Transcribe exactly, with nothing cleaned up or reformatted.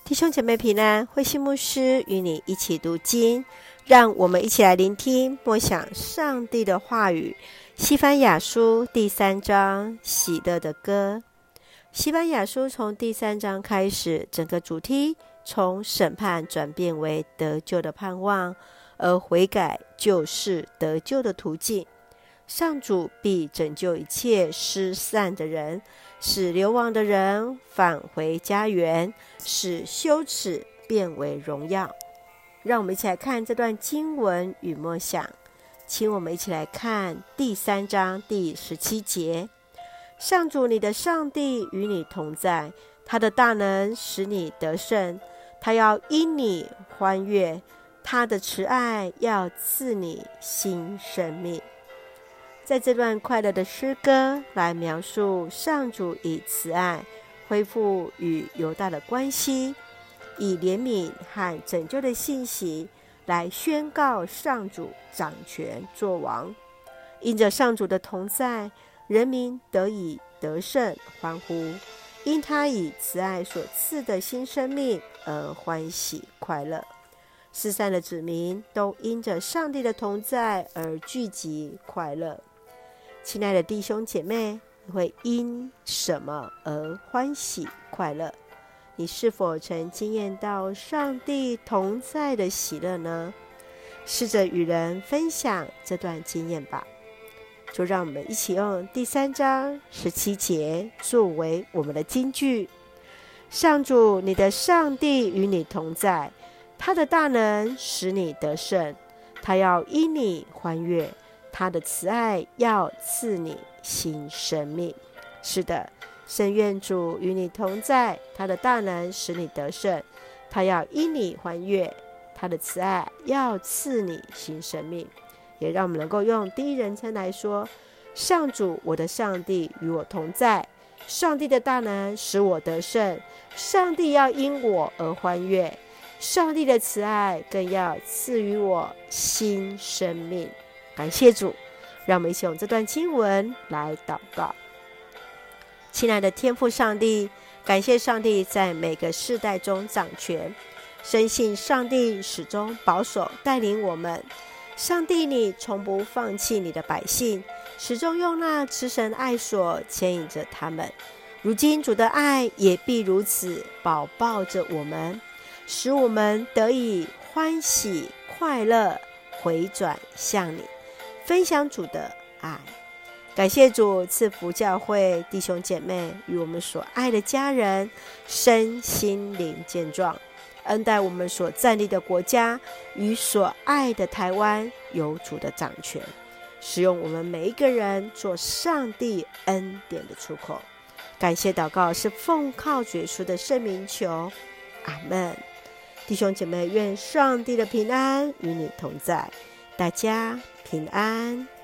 弟兄姐妹平安，慧馨牧师与你一起读经，让我们一起来聆听默想上帝的话语。西番雅书第三章，喜乐的歌。西番雅书从第三章开始，整个主题从审判转变为得救的盼望，而悔改就是得救的途径。上主必拯救一切失散的人，使流亡的人返回家园，使羞耻变为荣耀。让我们一起来看这段经文与默想，请我们一起来看第三章第十七节。上主你的上帝与你同在，他的大能使你得胜，他要因你欢悦，他的慈爱要赐你新生命。在这段快乐的诗歌来描述上主以慈爱恢复与犹大的关系，以怜悯和拯救的信息来宣告上主掌权作王。因着上主的同在，人民得以得胜欢呼，因他以慈爱所赐的新生命而欢喜快乐。失散的子民都因着上帝的同在而聚集快乐。亲爱的弟兄姐妹，你会因什么而欢喜快乐？你是否曾经验到上帝同在的喜乐呢？试着与人分享这段经验吧。就让我们一起用第三章十七节作为我们的金句。上主你的上帝与你同在，他的大能使你得胜，他要因你欢悦，他的慈爱要赐你新生命。是的，圣愿主与你同在，他的大能使你得胜，他要因你欢悦，他的慈爱要赐你新生命。也让我们能够用第一人称来说，上主我的上帝与我同在，上帝的大能使我得胜，上帝要因我而欢悦，上帝的慈爱更要赐予我新生命。感谢主，让我们一起用这段经文来祷告。亲爱的天父上帝，感谢上帝在每个世代中掌权，深信上帝始终保守带领我们。上帝你从不放弃你的百姓，始终用那慈神爱所牵引着他们。如今主的爱也必如此保抱着我们，使我们得以欢喜快乐，回转向你，分享主的爱。感谢主赐福教会弟兄姐妹与我们所爱的家人身心灵健壮，恩待我们所站立的国家与所爱的台湾有主的掌权，使用我们每一个人做上帝恩典的出口。感谢祷告是奉靠主耶稣的圣名求，阿们。弟兄姐妹，愿上帝的平安与你同在，大家平安。